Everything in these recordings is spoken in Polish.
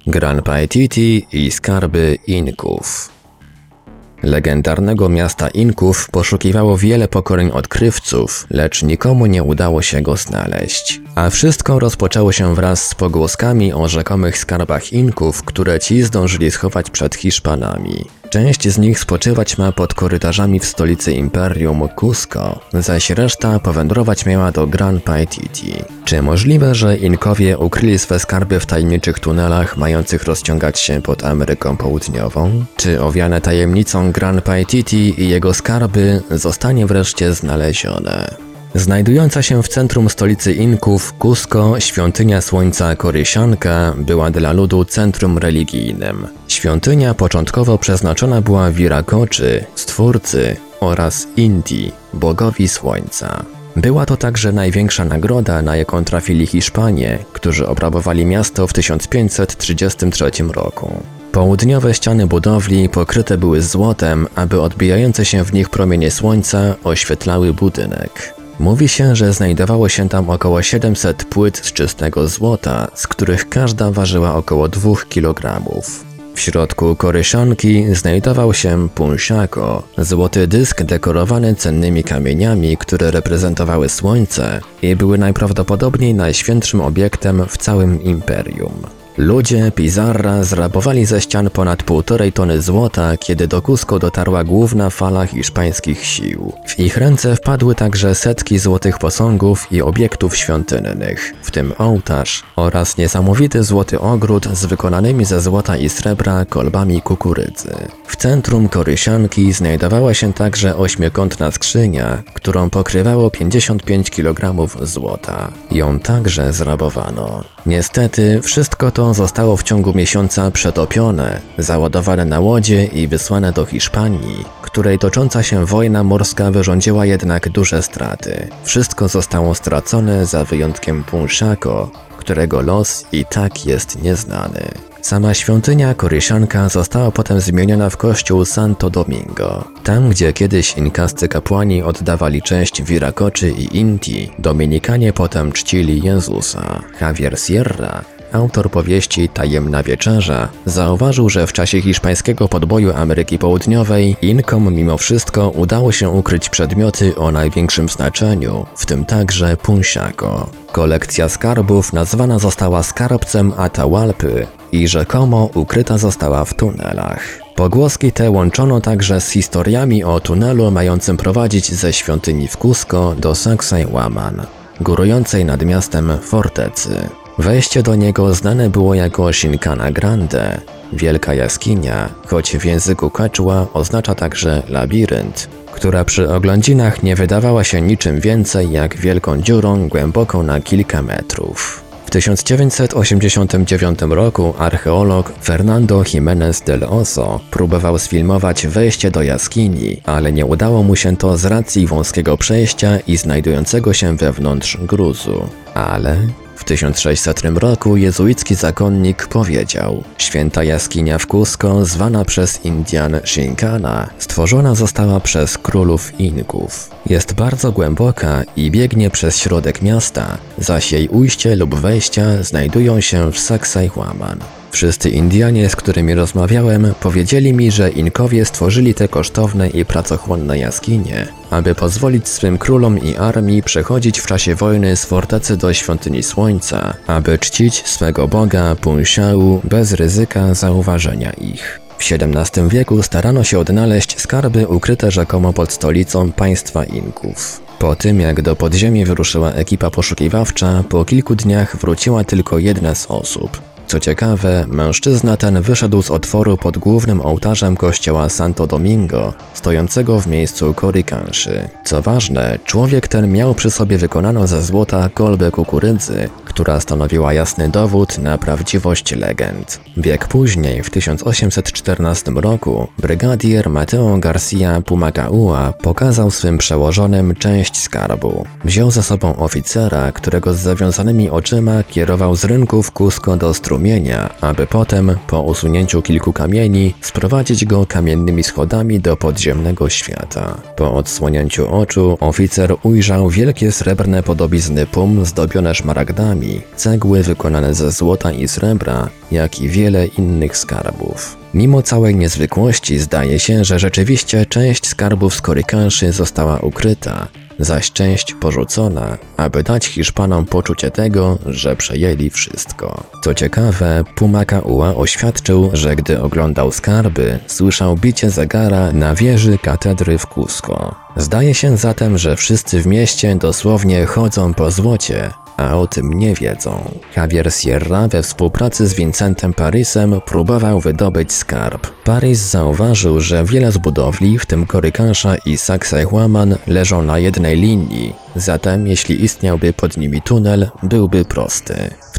Gran Paititi i skarby Inków. Legendarnego miasta Inków poszukiwało wiele pokoleń odkrywców, lecz nikomu nie udało się go znaleźć. A wszystko rozpoczęło się wraz z pogłoskami o rzekomych skarbach Inków, które ci zdążyli schować przed Hiszpanami. Część z nich spoczywać ma pod korytarzami w stolicy imperium Cusco, zaś reszta powędrować miała do Gran Paititi. Czy możliwe, że Inkowie ukryli swe skarby w tajemniczych tunelach mających rozciągać się pod Ameryką Południową? Czy owiane tajemnicą Gran Paititi i jego skarby zostanie wreszcie znalezione? Znajdująca się w centrum stolicy Inków, Cusco, świątynia Słońca Corishanka była dla ludu centrum religijnym. Świątynia początkowo przeznaczona była Viracoczy, Stwórcy, oraz Inti, bogowi Słońca. Była to także największa nagroda, na jaką trafili Hiszpanie, którzy obrabowali miasto w 1533 roku. Południowe ściany budowli pokryte były złotem, aby odbijające się w nich promienie słońca oświetlały budynek. Mówi się, że znajdowało się tam około 700 płyt z czystego złota, z których każda ważyła około 2 kg. W środku koryszanki znajdował się punsiako, złoty dysk dekorowany cennymi kamieniami, które reprezentowały słońce i były najprawdopodobniej najświętszym obiektem w całym imperium. Ludzie Pizarra zrabowali ze ścian ponad 1,5 tony złota, kiedy do Cusco dotarła główna fala hiszpańskich sił. W ich ręce wpadły także setki złotych posągów i obiektów świątynnych, w tym ołtarz oraz niesamowity złoty ogród z wykonanymi ze złota i srebra kolbami kukurydzy. W centrum korysianki znajdowała się także ośmiokątna skrzynia, którą pokrywało 55 kg złota. Ją także zrabowano. Niestety wszystko to zostało w ciągu miesiąca przetopione, załadowane na łodzie i wysłane do Hiszpanii, której tocząca się wojna morska wyrządziła jednak duże straty. Wszystko zostało stracone za wyjątkiem punsiako, którego los i tak jest nieznany. Sama świątynia Corishanka została potem zmieniona w kościół Santo Domingo. Tam, gdzie kiedyś inkascy kapłani oddawali cześć Viracoczy i Inti, dominikanie potem czcili Jezusa. Javier Sierra, autor powieści Tajemna Wieczerza, zauważył, że w czasie hiszpańskiego podboju Ameryki Południowej Inkom mimo wszystko udało się ukryć przedmioty o największym znaczeniu, w tym także punsiako. Kolekcja skarbów nazwana została skarbcem Atahualpy i rzekomo ukryta została w tunelach. Pogłoski te łączono także z historiami o tunelu mającym prowadzić ze świątyni w Cusco do Sacsayhuaman, górującej nad miastem fortecy. Wejście do niego znane było jako Chincana Grande, wielka jaskinia, choć w języku quechua oznacza także labirynt, która przy oględzinach nie wydawała się niczym więcej jak wielką dziurą głęboką na kilka metrów. W 1989 roku archeolog Fernando Jiménez del Oso próbował sfilmować wejście do jaskini, ale nie udało mu się to z racji wąskiego przejścia i znajdującego się wewnątrz gruzu. Ale w 1600 roku jezuicki zakonnik powiedział: święta jaskinia w Cusco, zwana przez Indian Chincana, stworzona została przez królów Inków. Jest bardzo głęboka i biegnie przez środek miasta, zaś jej ujście lub wejścia znajdują się w Sacsayhuaman. Wszyscy Indianie, z którymi rozmawiałem, powiedzieli mi, że Inkowie stworzyli te kosztowne i pracochłonne jaskinie, aby pozwolić swym królom i armii przechodzić w czasie wojny z fortecy do świątyni Słońca, aby czcić swego boga Punsiau bez ryzyka zauważenia ich. W XVII wieku starano się odnaleźć skarby ukryte rzekomo pod stolicą państwa Inków. Po tym, jak do podziemi wyruszyła ekipa poszukiwawcza, po kilku dniach wróciła tylko jedna z osób. Co ciekawe, mężczyzna ten wyszedł z otworu pod głównym ołtarzem kościoła Santo Domingo, stojącego w miejscu Coricanszy. Co ważne, człowiek ten miał przy sobie wykonaną ze złota kolbę kukurydzy, która stanowiła jasny dowód na prawdziwość legend. Wiek później, w 1814 roku, brygadier Mateo Garcia Pumacahua pokazał swym przełożonym część skarbu. Wziął ze sobą oficera, którego z zawiązanymi oczyma kierował z rynku w Cusco do strumienia, aby potem, po usunięciu kilku kamieni, sprowadzić go kamiennymi schodami do podziemnego świata. Po odsłonięciu oczu oficer ujrzał wielkie srebrne podobizny pum zdobione szmaragdami, cegły wykonane ze złota i srebra, jak i wiele innych skarbów. Mimo całej niezwykłości zdaje się, że rzeczywiście część skarbów z Korykanszy została ukryta, zaś część porzucona, aby dać Hiszpanom poczucie tego, że przejęli wszystko. Co ciekawe, Pumacahua oświadczył, że gdy oglądał skarby, słyszał bicie zegara na wieży katedry w Cusco. Zdaje się zatem, że wszyscy w mieście dosłownie chodzą po złocie, a o tym nie wiedzą. Javier Sierra we współpracy z Vincentem Parisem próbował wydobyć skarb. Paris zauważył, że wiele z budowli, w tym Korykansza i Sacsayhuaman, leżą na jednej linii, zatem jeśli istniałby pod nimi tunel, byłby prosty. W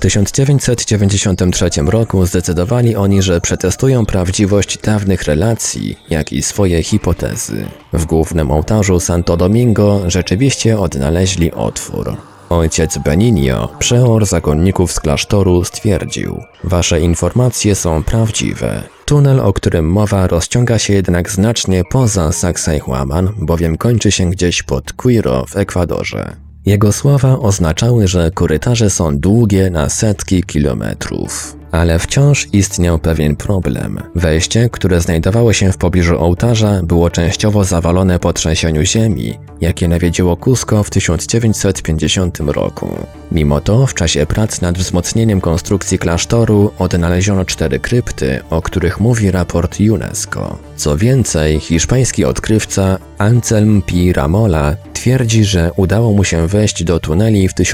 1993 roku zdecydowali oni, że przetestują prawdziwość dawnych relacji, jak i swoje hipotezy. W głównym ołtarzu Santo Domingo rzeczywiście odnaleźli otwór. Ojciec Benigno, przeor zakonników z klasztoru, stwierdził: wasze informacje są prawdziwe. Tunel, o którym mowa, rozciąga się jednak znacznie poza Sacsayhuaman, bowiem kończy się gdzieś pod Quiro w Ekwadorze. Jego słowa oznaczały, że korytarze są długie na setki kilometrów. Ale wciąż istniał pewien problem. Wejście, które znajdowało się w pobliżu ołtarza, było częściowo zawalone po trzęsieniu ziemi, jakie nawiedziło Cusco w 1950 roku. Mimo to w czasie prac nad wzmocnieniem konstrukcji klasztoru odnaleziono 4 krypty, o których mówi raport UNESCO. Co więcej, hiszpański odkrywca Anselm Pi Ramola twierdzi, że udało mu się wejść do tuneli w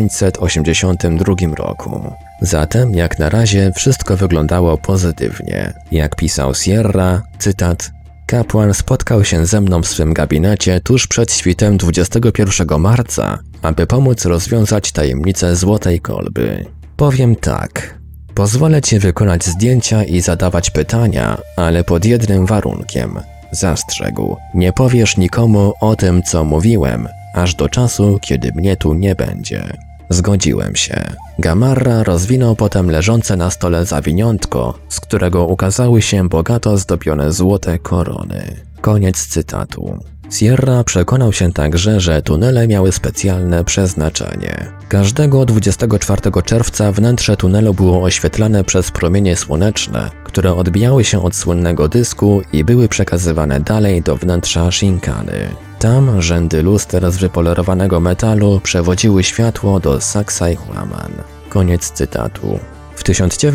1982 roku. Zatem, jak na razie, wszystko wyglądało pozytywnie. Jak pisał Sierra, cytat: kapłan spotkał się ze mną w swym gabinecie tuż przed świtem 21 marca, aby pomóc rozwiązać tajemnicę Złotej Kolby. Powiem tak. Pozwolę ci wykonać zdjęcia i zadawać pytania, ale pod jednym warunkiem. Zastrzegł. Nie powiesz nikomu o tym, co mówiłem, aż do czasu, kiedy mnie tu nie będzie. Zgodziłem się. Gamarra rozwinął potem leżące na stole zawiniątko, z którego ukazały się bogato zdobione złote korony. Koniec cytatu. Sierra przekonał się także, że tunele miały specjalne przeznaczenie. Każdego 24 czerwca wnętrze tunelu było oświetlane przez promienie słoneczne, które odbijały się od słynnego dysku i były przekazywane dalej do wnętrza Shinkany. Tam rzędy luster z wypolerowanego metalu przewodziły światło do Sacsayhuaman. Koniec cytatu. W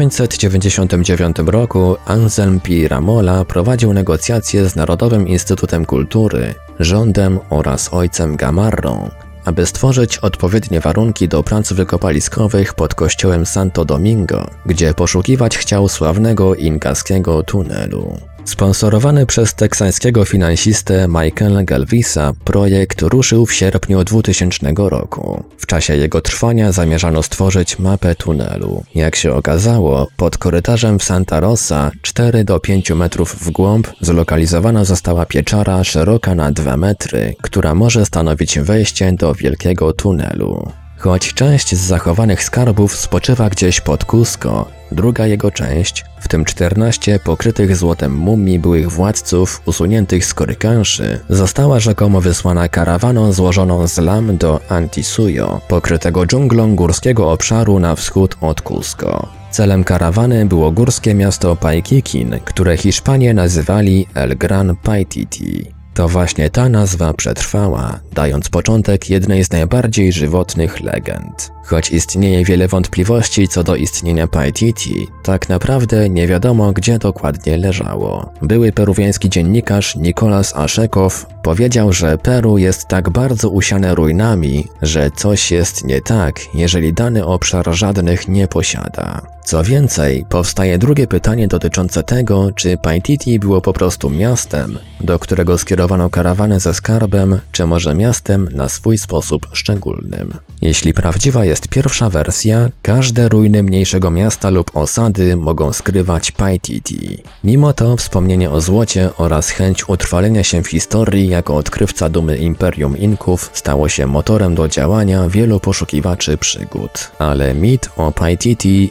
1999 roku Anselm Pi Ramola prowadził negocjacje z Narodowym Instytutem Kultury, rządem oraz ojcem Gamarrą, aby stworzyć odpowiednie warunki do prac wykopaliskowych pod kościołem Santo Domingo, gdzie poszukiwać chciał sławnego inkaskiego tunelu. Sponsorowany przez teksańskiego finansistę Michaela Galvisa, projekt ruszył w sierpniu 2000 roku. W czasie jego trwania zamierzano stworzyć mapę tunelu. Jak się okazało, pod korytarzem w Santa Rosa, 4 do 5 metrów w głąb, zlokalizowana została pieczara szeroka na 2 metry, która może stanowić wejście do wielkiego tunelu. Choć część z zachowanych skarbów spoczywa gdzieś pod Cusco, druga jego część, w tym 14 pokrytych złotem mumii byłych władców usuniętych z Korykanszy, została rzekomo wysłana karawaną złożoną z lam do Antisuyo, pokrytego dżunglą górskiego obszaru na wschód od Cusco. Celem karawany było górskie miasto Paiquiquín, które Hiszpanie nazywali El Gran Paititi. To właśnie ta nazwa przetrwała, dając początek jednej z najbardziej żywotnych legend. Choć istnieje wiele wątpliwości co do istnienia Paititi, tak naprawdę nie wiadomo, gdzie dokładnie leżało. Były peruwiański dziennikarz Nicolás Ashekow powiedział, że Peru jest tak bardzo usiane ruinami, że coś jest nie tak, jeżeli dany obszar żadnych nie posiada. Co więcej, powstaje drugie pytanie dotyczące tego, czy Paititi było po prostu miastem, do którego skierowano karawanę ze skarbem, czy może miastem na swój sposób szczególnym. Jeśli prawdziwa jest pierwsza wersja, każde ruiny mniejszego miasta lub osady mogą skrywać Paititi. Mimo to wspomnienie o złocie oraz chęć utrwalenia się w historii jako odkrywca dumy Imperium Inków stało się motorem do działania wielu poszukiwaczy przygód. Ale mit o Paititi intrygował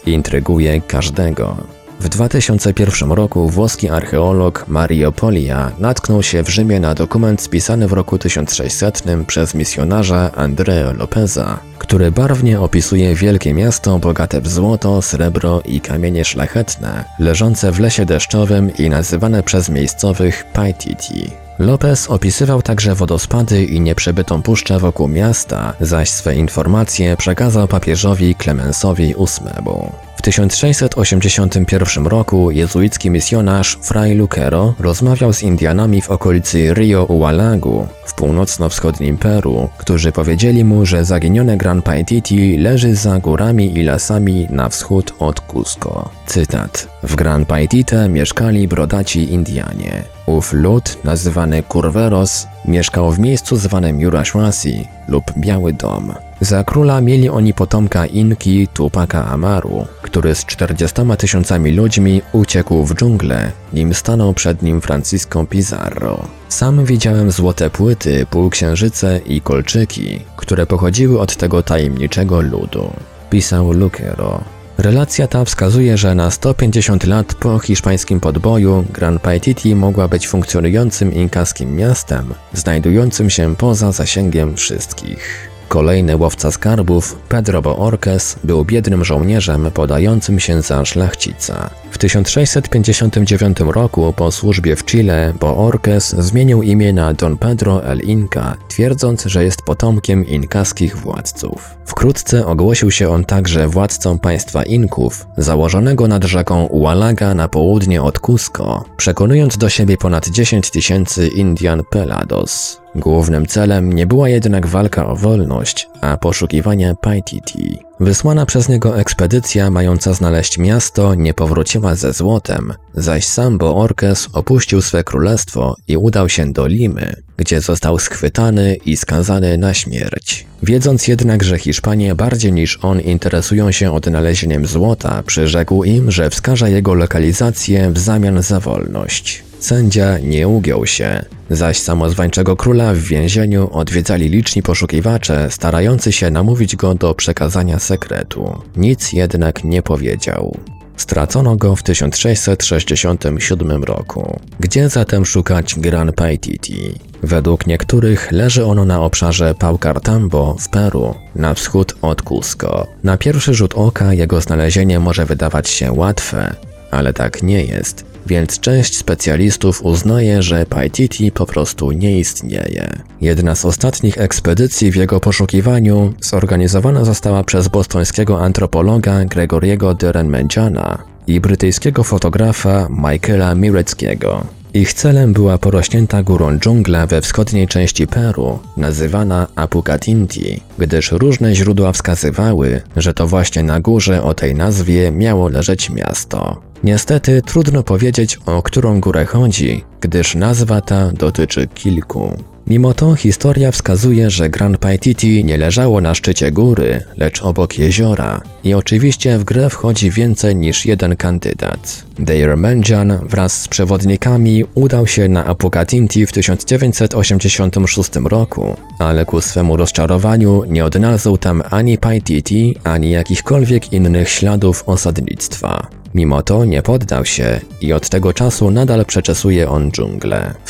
zaintryguje każdego. W 2001 roku włoski archeolog Mario Polia natknął się w Rzymie na dokument spisany w roku 1600 przez misjonarza Andrea Lopeza, który barwnie opisuje wielkie miasto bogate w złoto, srebro i kamienie szlachetne, leżące w lesie deszczowym i nazywane przez miejscowych Paititi. Lopez opisywał także wodospady i nieprzebytą puszczę wokół miasta, zaś swe informacje przekazał papieżowi Klemensowi VIII. W 1681 roku jezuicki misjonarz Fray Lucero rozmawiał z Indianami w okolicy Rio Ualagu w północno-wschodnim Peru, którzy powiedzieli mu, że zaginione Gran Paititi leży za górami i lasami na wschód od Cusco. Cytat: w Gran Paitite mieszkali brodaci Indianie. Ów lud, nazywany Curveros, mieszkał w miejscu zwanym Yurahuasi lub Biały Dom. Za króla mieli oni potomka Inki Tupaca Amaru, który z 40 000 ludźmi uciekł w dżunglę, nim stanął przed nim Francisco Pizarro. Sam widziałem złote płyty, półksiężyce i kolczyki, które pochodziły od tego tajemniczego ludu, pisał Lucero. Relacja ta wskazuje, że na 150 lat po hiszpańskim podboju Gran Paititi mogła być funkcjonującym inkaskim miastem, znajdującym się poza zasięgiem wszystkich. Kolejny łowca skarbów, Pedro Bohórquez, był biednym żołnierzem podającym się za szlachcica. W 1659 roku po służbie w Chile Bohórquez zmienił imię na Don Pedro el Inca, twierdząc, że jest potomkiem inkaskich władców. Wkrótce ogłosił się on także władcą państwa Inków, założonego nad rzeką Ualaga na południe od Cusco, przekonując do siebie ponad 10 000 Indian Pelados. Głównym celem nie była jednak walka o wolność, a poszukiwanie Paititi. Wysłana przez niego ekspedycja mająca znaleźć miasto nie powróciła ze złotem, zaś sam Bohórquez opuścił swe królestwo i udał się do Limy, gdzie został schwytany i skazany na śmierć. Wiedząc jednak, że Hiszpanie bardziej niż on interesują się odnalezieniem złota, przyrzekł im, że wskaże jego lokalizację w zamian za wolność. Sędzia nie ugiął się, zaś samozwańczego króla w więzieniu odwiedzali liczni poszukiwacze, starający się namówić go do przekazania sekretu. Nic jednak nie powiedział. Stracono go w 1667 roku. Gdzie zatem szukać Gran Paititi? Według niektórych leży ono na obszarze Paucartambo w Peru, na wschód od Cusco. Na pierwszy rzut oka jego znalezienie może wydawać się łatwe, ale tak nie jest, więc część specjalistów uznaje, że Paititi po prostu nie istnieje. Jedna z ostatnich ekspedycji w jego poszukiwaniu zorganizowana została przez bostońskiego antropologa Gregoriego de Renmejana i brytyjskiego fotografa Michaela Mireckiego. Ich celem była porośnięta górą dżungla we wschodniej części Peru, nazywana Apucatinti, gdyż różne źródła wskazywały, że to właśnie na górze o tej nazwie miało leżeć miasto. Niestety trudno powiedzieć, o którą górę chodzi, gdyż nazwa ta dotyczy kilku. Mimo to historia wskazuje, że Gran Paititi nie leżało na szczycie góry, lecz obok jeziora i oczywiście w grę wchodzi więcej niż jeden kandydat. De Renmejan wraz z przewodnikami udał się na Apucatinti w 1986 roku, ale ku swemu rozczarowaniu nie odnalazł tam ani Paititi, ani jakichkolwiek innych śladów osadnictwa. Mimo to nie poddał się i od tego czasu nadal przeczesuje on dżunglę. W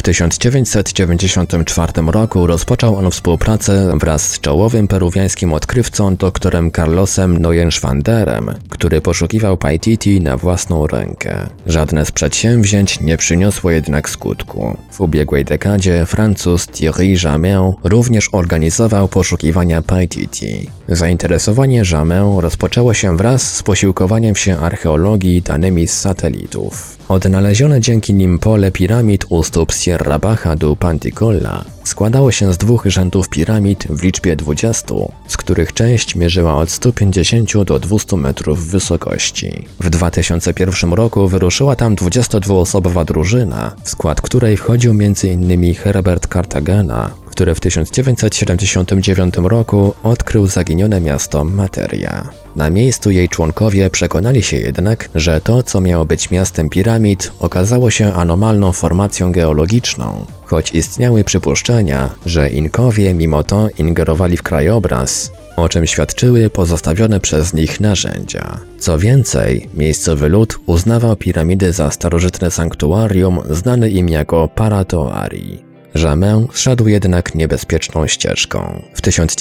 1994 roku rozpoczął on współpracę wraz z czołowym peruwiańskim odkrywcą doktorem Carlosem Neuenschwanderem, który poszukiwał Paititi na własną rękę. Żadne z przedsięwzięć nie przyniosło jednak skutku. W ubiegłej dekadzie Francuz Thierry Jamin również organizował poszukiwania Paititi. Zainteresowanie Jamin rozpoczęło się wraz z posiłkowaniem się archeologii danymi z satelitów. Odnalezione dzięki nim pole piramid u stóp Sierra Baja do Panticola składało się z dwóch rzędów piramid w liczbie 20, z których część mierzyła od 150 do 200 metrów wysokości. W 2001 roku wyruszyła tam 22-osobowa drużyna, w skład której wchodził m.in. Herbert Cartagena, który w 1979 roku odkrył zaginione miasto Materia. Na miejscu jej członkowie przekonali się jednak, że to, co miało być miastem piramid, okazało się anomalną formacją geologiczną, choć istniały przypuszczenia, że Inkowie mimo to ingerowali w krajobraz o czym świadczyły pozostawione przez nich narzędzia. Co więcej, miejscowy lud uznawał piramidy za starożytne sanktuarium znane im jako Paratoari. Jamę szedł jednak niebezpieczną ścieżką. W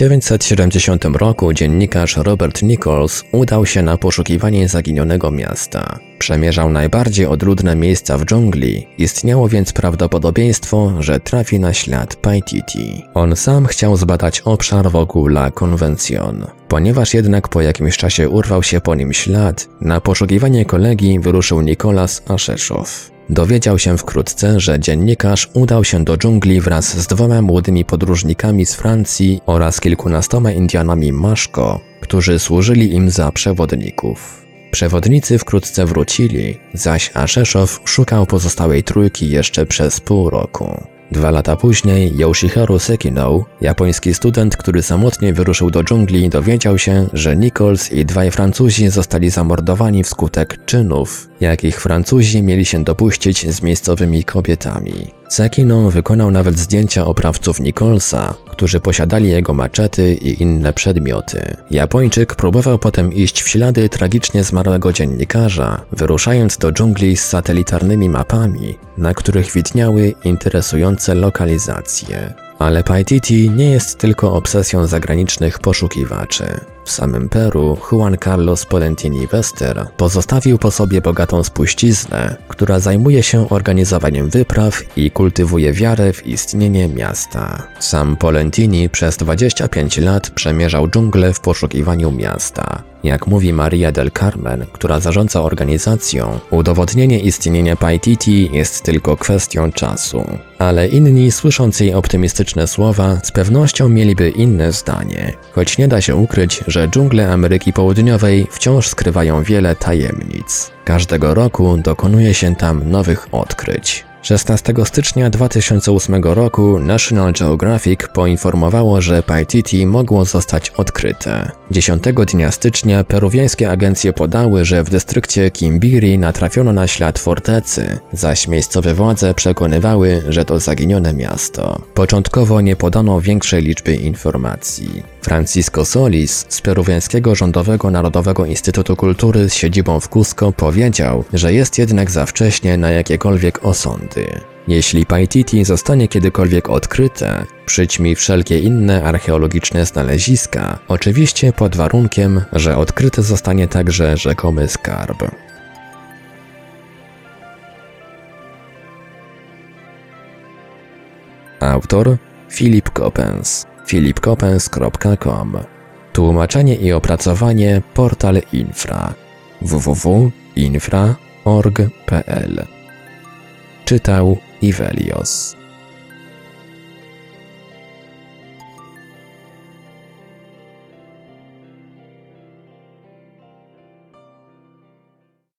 1970 roku dziennikarz Robert Nichols udał się na poszukiwanie zaginionego miasta. Przemierzał najbardziej odludne miejsca w dżungli, istniało więc prawdopodobieństwo, że trafi na ślad Paititi. On sam chciał zbadać obszar wokół La Convención. Ponieważ jednak po jakimś czasie urwał się po nim ślad, na poszukiwanie kolegi wyruszył Nicolas Asheshoff. Dowiedział się wkrótce, że dziennikarz udał się do dżungli wraz z 2 młodymi podróżnikami z Francji oraz kilkunastoma Indianami Maszko, którzy służyli im za przewodników. Przewodnicy wkrótce wrócili, zaś Asheshoff szukał pozostałej trójki jeszcze przez pół roku. 2 lata później Yoshiharu Sekino, japoński student, który samotnie wyruszył do dżungli, dowiedział się, że Nichols i 2 Francuzi zostali zamordowani wskutek czynów, jakich Francuzi mieli się dopuścić z miejscowymi kobietami. Sekino wykonał nawet zdjęcia oprawców Nicholsa, którzy posiadali jego maczety i inne przedmioty. Japończyk próbował potem iść w ślady tragicznie zmarłego dziennikarza, wyruszając do dżungli z satelitarnymi mapami, na których widniały interesujące lokalizacje. Ale Paititi nie jest tylko obsesją zagranicznych poszukiwaczy. W samym Peru Juan Carlos Polentini Wester pozostawił po sobie bogatą spuściznę, która zajmuje się organizowaniem wypraw i kultywuje wiarę w istnienie miasta. Sam Polentini przez 25 lat przemierzał dżunglę w poszukiwaniu miasta. Jak mówi Maria del Carmen, która zarządza organizacją, udowodnienie istnienia Paititi jest tylko kwestią czasu. Ale inni, słysząc jej optymistyczne słowa, z pewnością mieliby inne zdanie, choć nie da się ukryć, że dżungle Ameryki Południowej wciąż skrywają wiele tajemnic. Każdego roku dokonuje się tam nowych odkryć. 16 stycznia 2008 roku National Geographic poinformowało, że Paititi mogło zostać odkryte. 10 dnia stycznia peruwiańskie agencje podały, że w dystrykcie Quimbiri natrafiono na ślad fortecy, zaś miejscowe władze przekonywały, że to zaginione miasto. Początkowo nie podano większej liczby informacji. Francisco Solis z peruwiańskiego Rządowego Narodowego Instytutu Kultury z siedzibą w Cusco powiedział, że jest jednak za wcześnie na jakiekolwiek osądy. Jeśli Paititi zostanie kiedykolwiek odkryte, przyćmi wszelkie inne archeologiczne znaleziska, oczywiście pod warunkiem, że odkryty zostanie także rzekomy skarb. Autor Philip Coppens, philipcoppens.com. Tłumaczenie i opracowanie Portal Infra www.infra.org.pl. Czytał Ivelios.